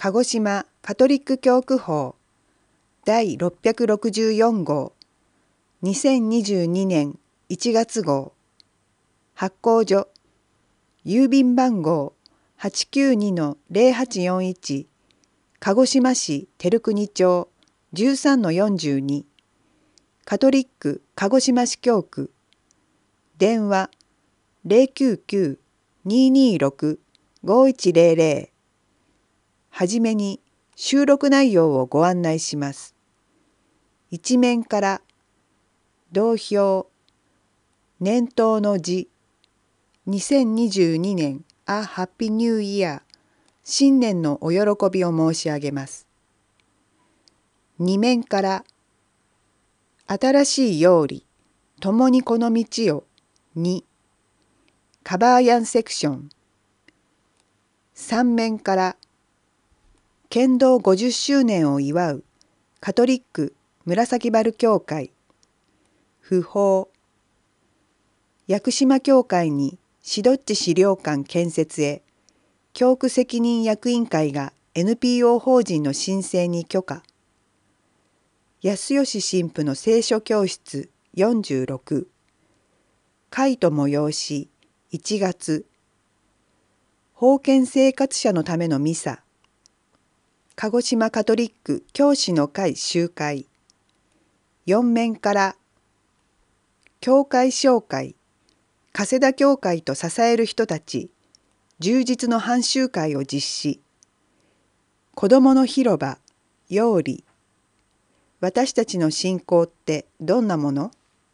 鹿児島カトリック教区法第664号2022年1月号発行所郵便番号 892-0841 鹿児島市照国町 13-42 カトリック鹿児島市教区電話 099-226-5100 はじめに収録内容をご案内します。一面から同票年頭の字2022年A Happy New Year 新年のお喜びを申し上げます。二面から新しいようり共にこの道を2カバーヤンセクション三面から県道50周年を祝うカトリック紫原教会訃報屋久島教会にシドッチ資料館建設へ教区責任役員会が NPO 法人の申請に許可安吉神父の聖書教室46会と催し1月封建生活者のためのミサ鹿児島カトリック教師の会集会四面から教会紹介加世田教会と支える人たち充実の繁習会を実施子どもの広場ようり私たちの信仰ってどんなもの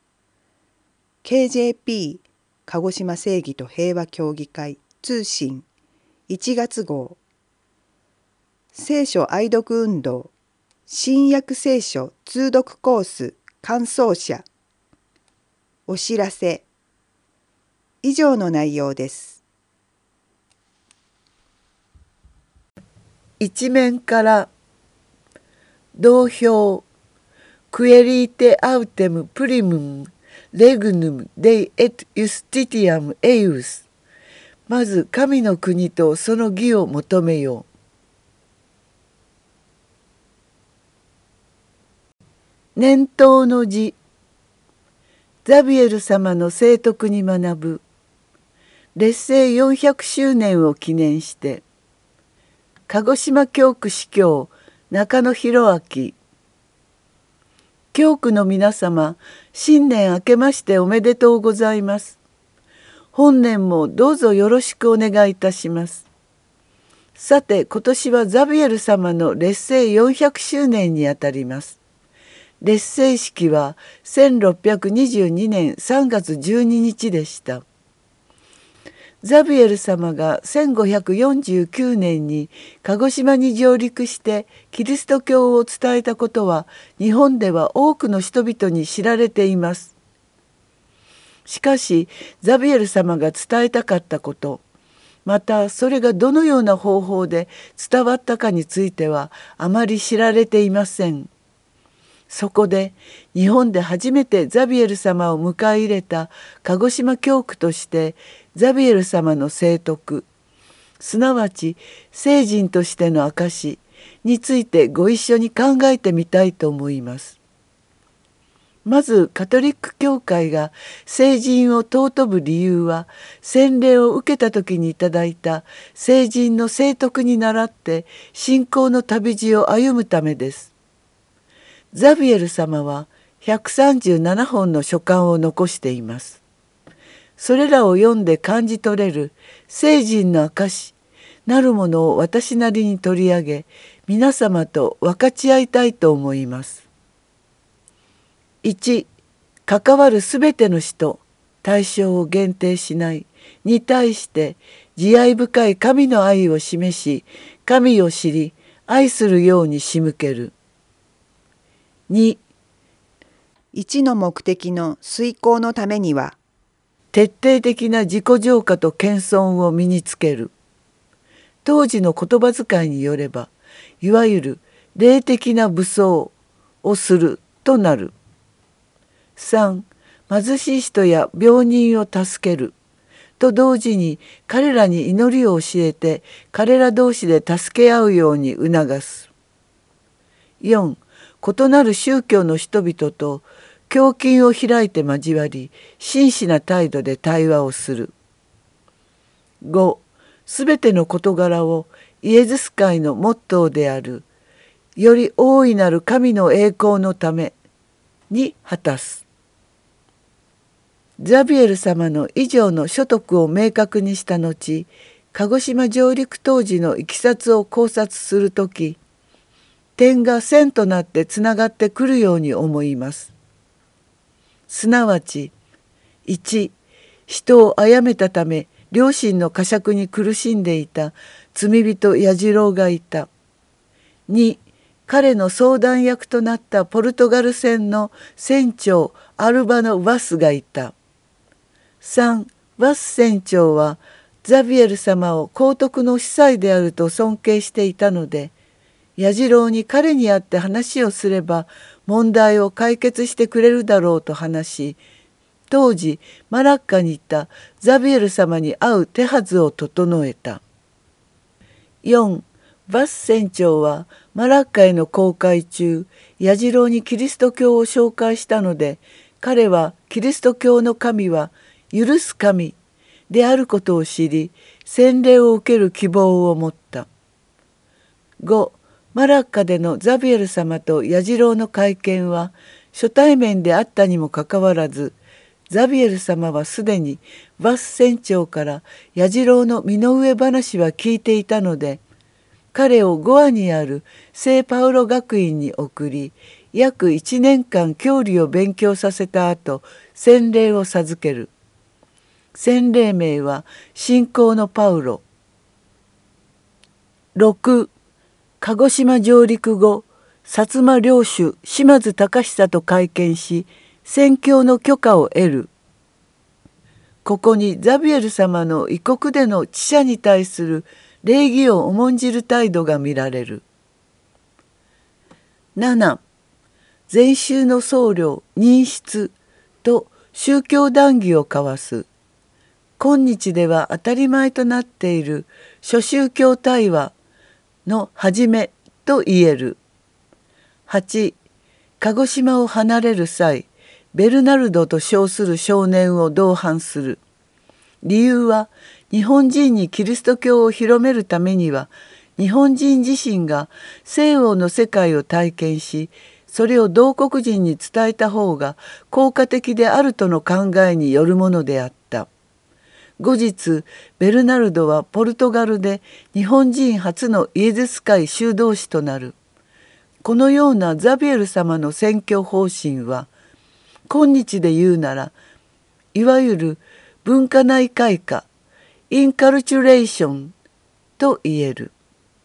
KJP 鹿児島正義と平和協議会通信1月号聖書愛読運動新約聖書通読コース完走者お知らせ以上の内容です。 一面から同票クエリーテアウテムプリムムレグヌムデイエトユスティティアムエイウスまず神の国とその義を求めよう。年頭の字ザビエル様の聖徳に学ぶlet聖400周年を記念して鹿児島教区司教中野博明教区の皆様新年明けましておめでとうございます。本年もどうぞよろしくお願いいたします。さて今年はザビエル様のlet聖400周年にあたります。let聖式は1622年3月12日でした。ザビエル様が1549年に鹿児島に上陸してキリスト教を伝えたことは日本では多くの人々に知られています。しかしザビエル様が伝えたかったことまたそれがどのような方法で伝わったかについてはあまり知られていません。そこで日本で初めてザビエル様を迎え入れた鹿児島教区としてザビエル様の聖徳すなわち聖人としての証についてご一緒に考えてみたいと思います。まずカトリック教会が聖人を尊ぶ理由は洗礼を受けた時にいただいた聖人の聖徳に倣って信仰の旅路を歩むためです。ザビエル様は137本の書簡を残しています。それらを読んで感じ取れる聖人の証なるものを私なりに取り上げ皆様と分かち合いたいと思います。1. 関わるすべての人対象を限定しないに対して慈愛深い神の愛を示し神を知り愛するように仕向ける。2. 1の目的の遂行のためには徹底的な自己浄化と謙遜を身につける。当時の言葉遣いによればいわゆる霊的な武装をするとなる。3. 貧しい人や病人を助ける。 と同時に彼らに祈りを教えて彼ら同士で助け合うように促す。4、異なる宗教の人々と胸襟を開いて交わり真摯な態度で対話をする。5、すべての事柄をイエズス会のモットーであるより大いなる神の栄光のために果たす。ザビエル様の以上の所得を明確にした後、鹿児島上陸当時のいきさつを考察するとき、点が線となってつながってくるように思います。すなわち、1、人を殺めたため両親の呵責に苦しんでいた罪人弥次郎がいた。2、彼の相談役となったポルトガル船の船長アルバノ・ワスがいた。3、ワス船長はザビエル様を皇徳の司祭であると尊敬していたので、弥次郎に彼に会って話をすれば問題を解決してくれるだろうと話し、当時マラッカにいたザビエル様に会う手はずを整えた。4、バス船長はマラッカへの航海中、弥次郎にキリスト教を紹介したので、彼はキリスト教の神は許す神であることを知り、洗礼を受ける希望を持った。5、マラッカでのザビエル様と弥次郎の会見は初対面であったにもかかわらず、ザビエル様はすでにバス船長から弥次郎の身の上話は聞いていたので、彼をゴアにある聖パウロ学院に送り、約1年間教理を勉強させた後、洗礼を授ける。洗礼名は信仰のパウロ。6、鹿児島上陸後、薩摩領主島津隆久と会見し、宣教の許可を得る。ここにザビエル様の異国での知者に対する礼儀を重んじる態度が見られる。7、禅宗の僧侶認出と宗教談義を交わす。今日では当たり前となっている諸宗教対話の始めと言える。8、鹿児島を離れる際、ベルナルドと称する少年を同伴する。理由は、日本人にキリスト教を広めるためには、日本人自身が西欧の世界を体験し、それを同国人に伝えた方が効果的であるとの考えによるものであった。後日、ベルナルドはポルトガルで日本人初のイエズス会修道士となる。このようなザビエル様の宣教方針は、今日で言うなら、いわゆる文化内開化、インカルチュレーションと言える。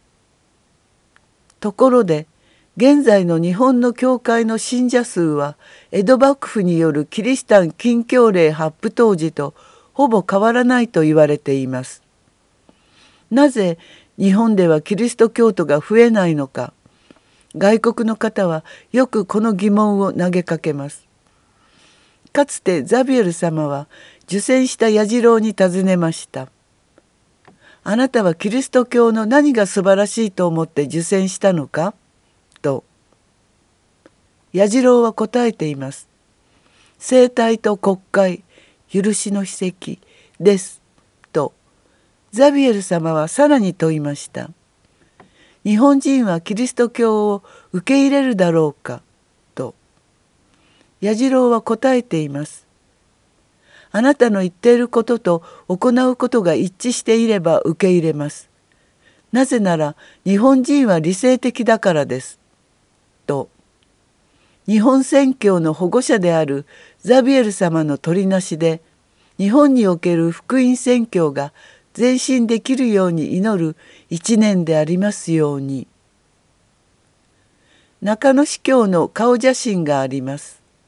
ところで、現在の日本の教会の信者数は、江戸幕府によるキリシタン禁教令発布当時とほぼ変わらないと言われています。なぜ日本ではキリスト教徒が増えないのか、外国の方はよくこの疑問を投げかけます。かつてザビエル様は受洗した弥次郎に尋ねました。あなたはキリスト教の何が素晴らしいと思って受洗したのかと。弥次郎は答えています。聖体と国会、許しの秘跡ですと。ザビエル様はさらに問いました。日本人はキリスト教を受け入れるだろうかと。弥次郎は答えています。あなたの言っていることと行うことが一致していれば受け入れます。なぜなら日本人は理性的だからです。と。日本宣教の保護者であるザビエル様の取りなしで、日本における福音宣教が前進できるように祈る一年でありますように。中野司教の顔写真があります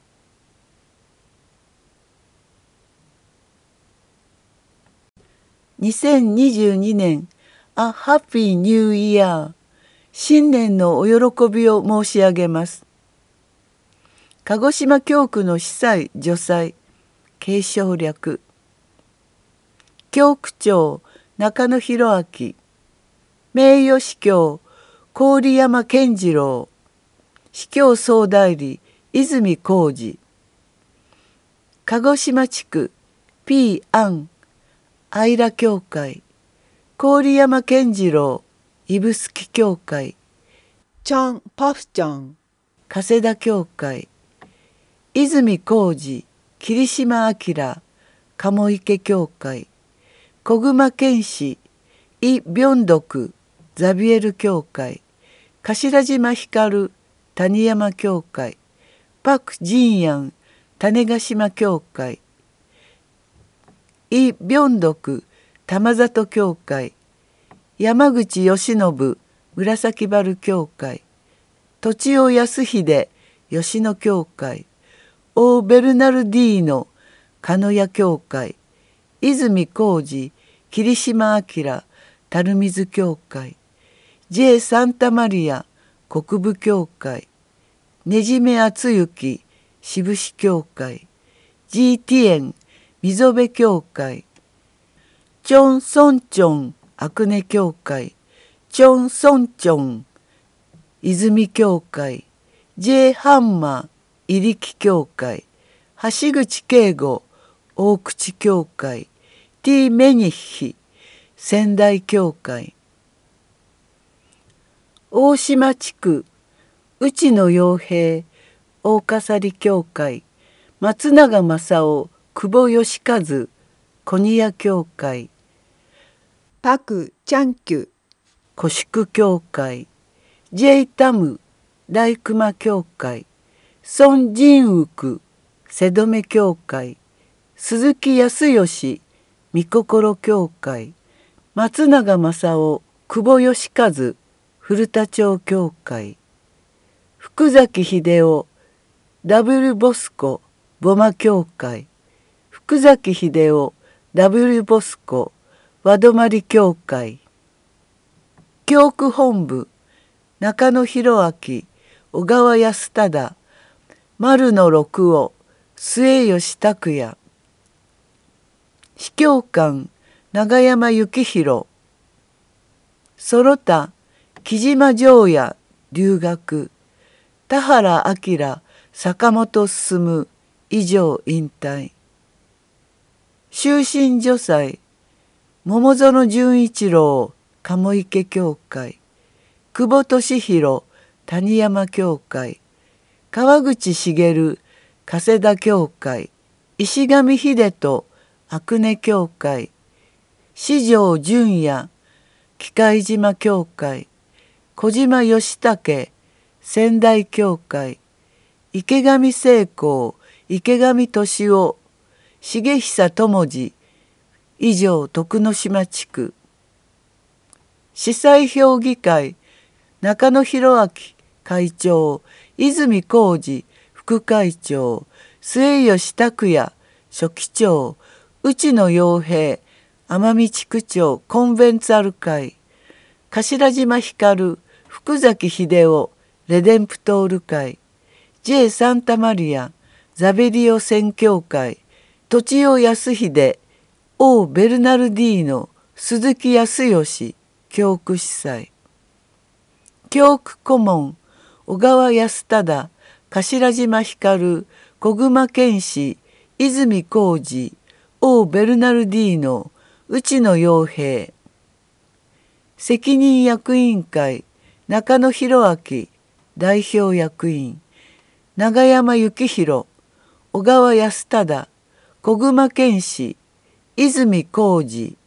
。2022年A Happy New Year 新年のお喜びを申し上げます。鹿児島教区の司祭・助祭継承略教区長中野博明、名誉司教郡山健次郎、司教総代理泉浩二、鹿児島地区 P 安愛良教会、郡山健次郎指宿教会、 チョンパフチョン、 加世田教会、泉浩二霧島明鴨池教会、小熊健氏イ・ビョンドクザビエル教会、頭島光谷山教会、パク・ジンヤン種子島教会、イ・ビョンドク玉里教会、山口義信紫原教会、栃尾康秀吉野教会、オー・ベルナルディーノ鹿屋教会、泉浩二霧島明垂水教会、J サンタマリア国分教会、ねじめ厚幸志布志教会、G ティエン溝辺教会、チョンソンチョン阿久根教会、チョンソンチョン泉教会、J ハンマー入木教会、橋口慶吾大口教会、T メニッヒ仙台教会、大島地区内野洋平大笠利教会、松永正夫久保義和小庭教会、 パク・チャンキュ古宿教会、J タム大熊教会、孫仁宇久瀬戸目教会、鈴木康義御心教会、松永正夫久保義和古田町教会、福崎秀夫ダブルボスコボマ教会、福崎秀夫ダブルボスコ和泊教会、教区本部中野博明小川康忠丸野六尾末吉拓也、司教官永山幸宏、そ田木島城也留学、田原明坂本進以上引退、終身女祭桃園純一郎鴨池教会、久保利弘谷山教会、川口茂加世田教会、石上秀人阿久根教会、四条純也喜界島教会、小島義武仙台教会、池上聖光池上俊夫重久智次以上徳之島地区、司祭評議会中野博明会長、泉浩二副会長、末吉拓也書記長、内野洋平奄美地区長コンベンツァル会、頭島光福崎秀夫レデンプトール会、J サンタマリアザベリオ宣教会、栃尾康秀オー・ベルナルディーノ鈴木康義教区司祭、教区顧問小川康忠頭島光小熊健氏泉浩二オー・ベルナルディーノ内野洋平、責任役員会中野博明代表役員、永山幸宏小川康忠小熊健氏泉浩二